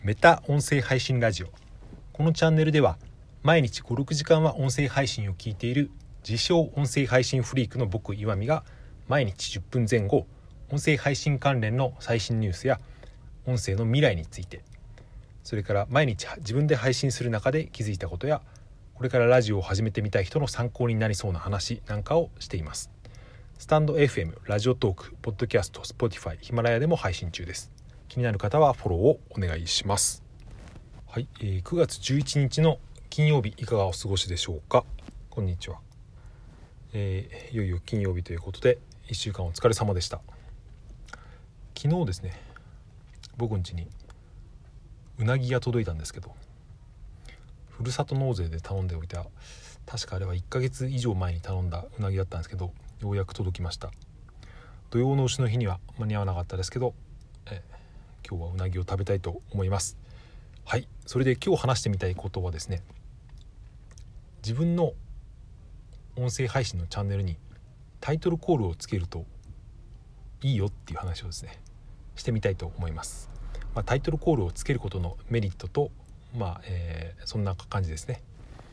メタ音声配信ラジオ。このチャンネルでは毎日 5,6 時間は音声配信を聞いている自称音声配信フリークの僕岩見が毎日10分前後音声配信関連の最新ニュースや音声の未来について、それから毎日自分で配信する中で気づいたことやこれからラジオを始めてみたい人の参考になりそうな話なんかをしています。スタンド FM、ラジオトーク、ポッドキャスト、Spotify、ヒマラヤでも配信中です。気になる方はフォローをお願いします。はい、9月11日の金曜日いかがお過ごしでしょうか。こんにちは。いよいよ金曜日ということで1週間お疲れ様でした。昨日ですね、僕ん家にうなぎが届いたんですけど、ふるさと納税で頼んでおいた、確かあれは1ヶ月以上前に頼んだうなぎだったんですけど、ようやく届きました。土曜の丑の日には間に合わなかったですけど、今日はうなぎを食べたいと思います。はい、それで今日話してみたいことはですね、自分の音声配信のチャンネルにタイトルコールをつけるといいよっていう話をですねしてみたいと思います。タイトルコールをつけることのメリットと、そんな感じですね。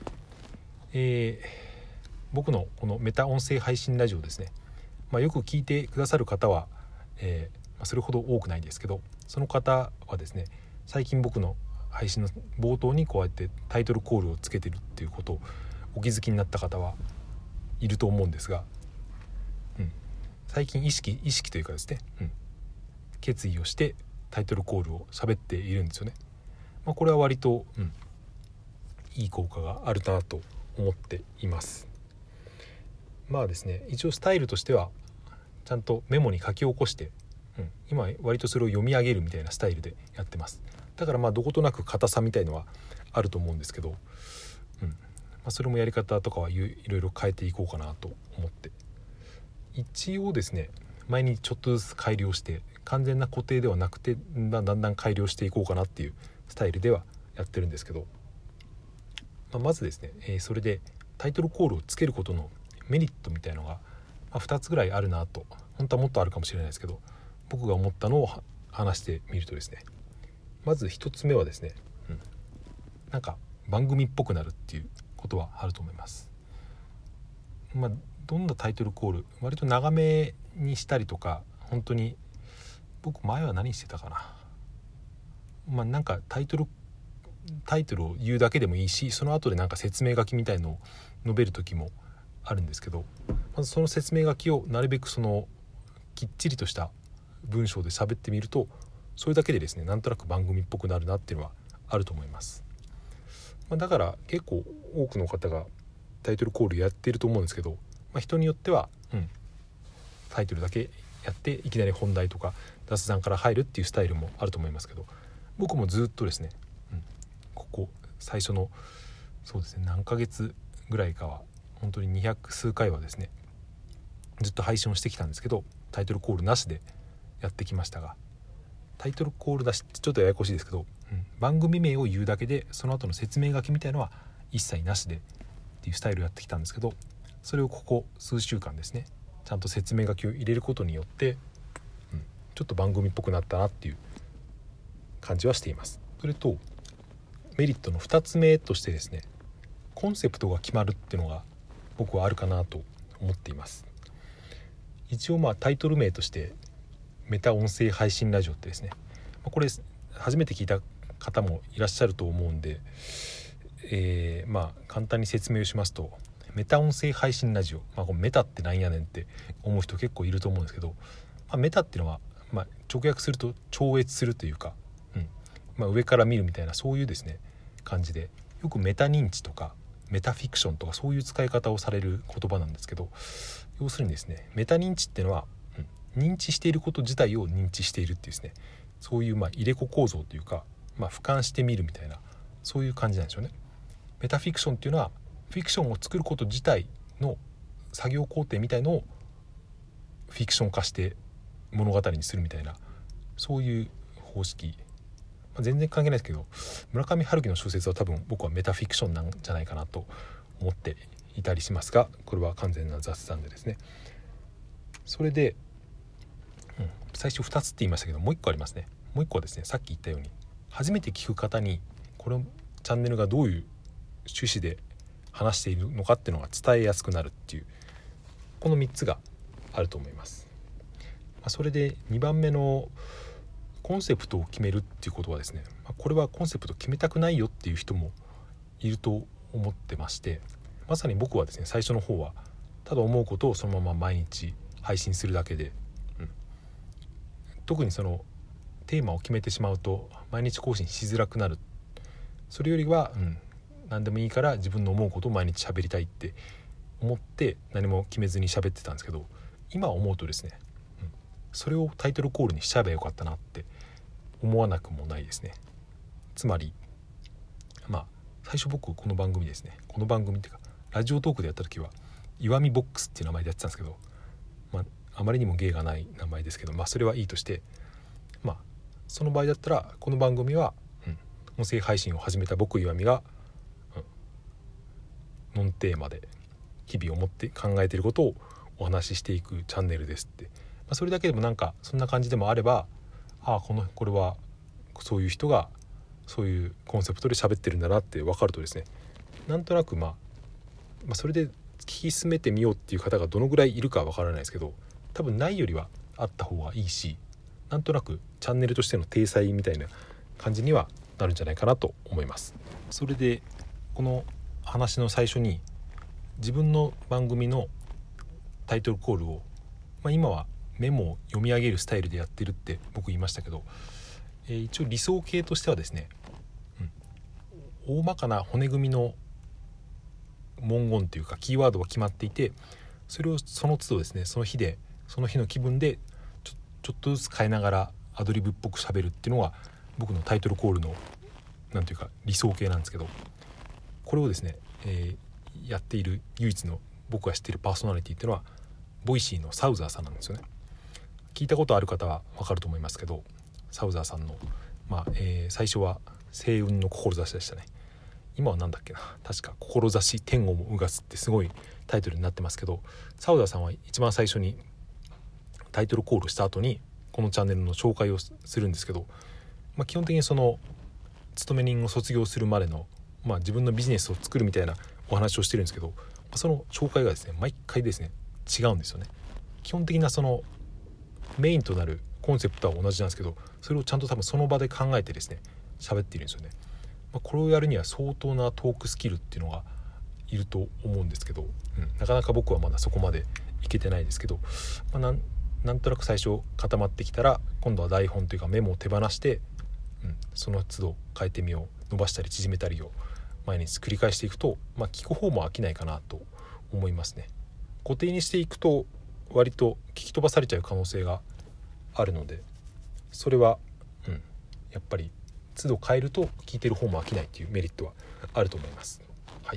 僕のこのメタ音声配信ラジオですね、よく聞いてくださる方は、それほど多くないですけど、その方はですね、最近僕の配信の冒頭にこうやってタイトルコールをつけてるっていうことをお気づきになった方はいると思うんですが、最近意識というかですね、決意をしてタイトルコールを喋っているんですよね。これは割と、いい効果があるなと思っています。ですね、一応スタイルとしてはちゃんとメモに書き起こして、今割とそれを読み上げるみたいなスタイルでやってます。だからどことなく硬さみたいのはあると思うんですけど、それもやり方とかはいろいろ変えていこうかなと思って、一応ですね毎日ちょっとずつ改良して、完全な固定ではなくてだんだん改良していこうかなっていうスタイルではやってるんですけど、まずですね、それでタイトルコールをつけることのメリットみたいのが、2つぐらいあるなと、本当はもっとあるかもしれないですけど、僕が思ったのを話してみるとですね、まず1つ目はですね、なんか番組っぽくなるっていうことはあると思います。どんなタイトルコール、割と長めにしたりとか、本当に僕前は何してたかな、なんかタイトルを言うだけでもいいし、その後でなんか説明書きみたいのを述べる時もあるんですけど、まずその説明書きをなるべくそのきっちりとした文章で喋ってみると、それだけでですねなんとなく番組っぽくなるなっていうのはあると思います。だから結構多くの方がタイトルコールやっていると思うんですけど、人によっては、タイトルだけやっていきなり本題とか雑談から入るっていうスタイルもあると思いますけど、僕もずっとですね、ここ最初のそうですね何ヶ月ぐらいかは本当に200数回はですねずっと配信をしてきたんですけど、タイトルコールなしでやってきましたが、タイトルコールなしってちょっとややこしいですけど、番組名を言うだけでその後の説明書きみたいのは一切なしでっていうスタイルをやってきたんですけど、それをここ数週間ですねちゃんと説明書きを入れることによって、ちょっと番組っぽくなったなっていう感じはしています。それとメリットの2つ目としてですね、コンセプトが決まるっていうのが僕はあるかなと思っています。一応タイトル名としてメタ音声配信ラジオってですね、これ初めて聞いた方もいらっしゃると思うんで、簡単に説明をしますと、メタ音声配信ラジオ、このメタってなんやねんって思う人結構いると思うんですけど、メタっていうのは、直訳すると超越するというか、上から見るみたいなそういうですね感じで、よくメタ認知とかメタフィクションとかそういう使い方をされる言葉なんですけど、要するにですねメタ認知っていうのは、認知していること自体を認知しているっていうですね、そういう入れ子構造というか、俯瞰してみるみたいなそういう感じなんですよね。メタフィクションっていうのはフィクションを作ること自体の作業工程みたいのをフィクション化して物語にするみたいな、そういう方式、全然関係ないですけど、村上春樹の小説は多分僕はメタフィクションなんじゃないかなと思っていたりしますが、これは完全な雑談でですね。それで、最初2つって言いましたけど、もう1個ありますね。もう1個はですね、さっき言ったように初めて聞く方にこのチャンネルがどういう趣旨で話しているのかっていうのが伝えやすくなるっていう、この3つがあると思います。それで2番目のコンセプトを決めるっていうことはですね、これはコンセプト決めたくないよっていう人もいると思ってまして、まさに僕はですね最初の方はただ思うことをそのまま毎日配信するだけで、特にそのテーマを決めてしまうと毎日更新しづらくなる。それよりは、何でもいいから自分の思うことを毎日喋りたいって思って何も決めずに喋ってたんですけど、今思うとですね、それをタイトルコールにしちゃえばよかったなって思わなくもないですね。つまり最初僕この番組ですね、この番組っていうかラジオトークでやった時は岩見ボックスっていう名前でやってたんですけど、あまりにも芸がない名前ですけど、それはいいとして、その場合だったらこの番組は、音声配信を始めた僕岩見が、ノンテーマで日々思って考えていることをお話ししていくチャンネルですって、それだけでもそんな感じでもあれば、これはそういう人がそういうコンセプトで喋ってるんだなって分かるとですね、なんとなくそれで聞き進めてみようっていう方がどのぐらいいるかは分からないですけど、多分ないよりはあった方がいいし、なんとなくチャンネルとしての体裁みたいな感じにはなるんじゃないかなと思います。それでこの話の最初に自分の番組のタイトルコールを、今はメモを読み上げるスタイルでやってるって僕言いましたけど、一応理想形としてはですね、大まかな骨組みの文言というかキーワードは決まっていて、それをその都度ですね、その日の気分でちょっとずつ変えながらアドリブっぽく喋るっていうのが僕のタイトルコールのなんていうか理想形なんですけど、これをですね、やっている唯一の僕が知っているパーソナリティっていうのはボイシーのサウザーさんなんですよね。聞いたことある方は分かると思いますけど、サウザーさんの、最初は星雲の志でしたね。今は何だっけな、確か志天をもうがすってすごいタイトルになってますけど、サウザーさんは一番最初にタイトルコールした後にこのチャンネルの紹介をするんですけど、基本的にその勤め人を卒業するまでの、自分のビジネスを作るみたいなお話をしてるんですけど、その紹介がですね毎回ですね違うんですよね。基本的なそのメインとなるコンセプトは同じなんですけど、それをちゃんと多分その場で考えてですね喋っているんですよね。これをやるには相当なトークスキルっていうのがいると思うんですけど、なかなか僕はまだそこまでいけてないですけど、なんとなく最初固まってきたら今度は台本というかメモを手放して、その都度変えてみよう、伸ばしたり縮めたりを毎日繰り返していくと、聞く方も飽きないかなと思いますね。固定にしていくと割と聞き飛ばされちゃう可能性があるので、それは、やっぱり都度変えると聞いてる方も飽きないというメリットはあると思います。はい、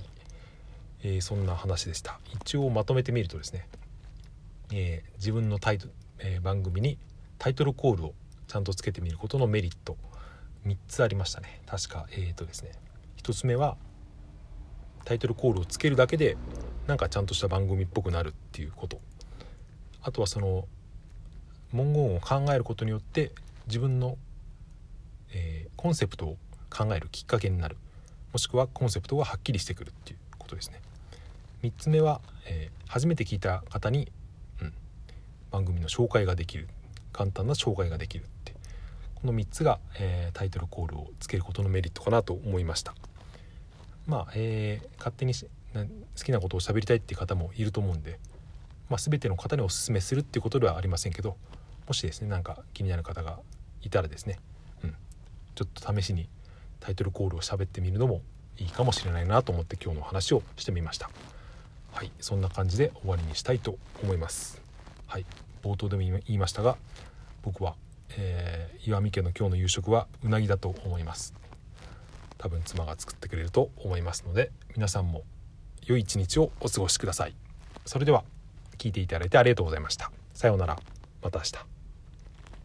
そんな話でした。一応まとめてみるとですね、自分の番組にタイトルコールをちゃんとつけてみることのメリット3つありましたね。確かですね、1つ目はタイトルコールをつけるだけでちゃんとした番組っぽくなるっていうこと。あとはその文言を考えることによって自分の、コンセプトを考えるきっかけになる、もしくはコンセプトがはっきりしてくるっていうことですね。3つ目は、初めて聞いた方に、番組の紹介ができる、簡単な紹介ができるって、この3つが、タイトルコールをつけることのメリットかなと思いました。勝手に好きなことを喋りたいっていう方もいると思うんで、全ての方にお勧めするっていうことではありませんけど、もしですね気になる方がいたらですね、ちょっと試しにタイトルコールを喋ってみるのもいいかもしれないなと思って今日の話をしてみました。はい、そんな感じで終わりにしたいと思います。はい、冒頭でも言いましたが、僕は、岩見家の今日の夕食はうなぎだと思います。多分妻が作ってくれると思いますので、皆さんも良い一日をお過ごしください。それでは聞いていただいてありがとうございました。さようなら。また明日。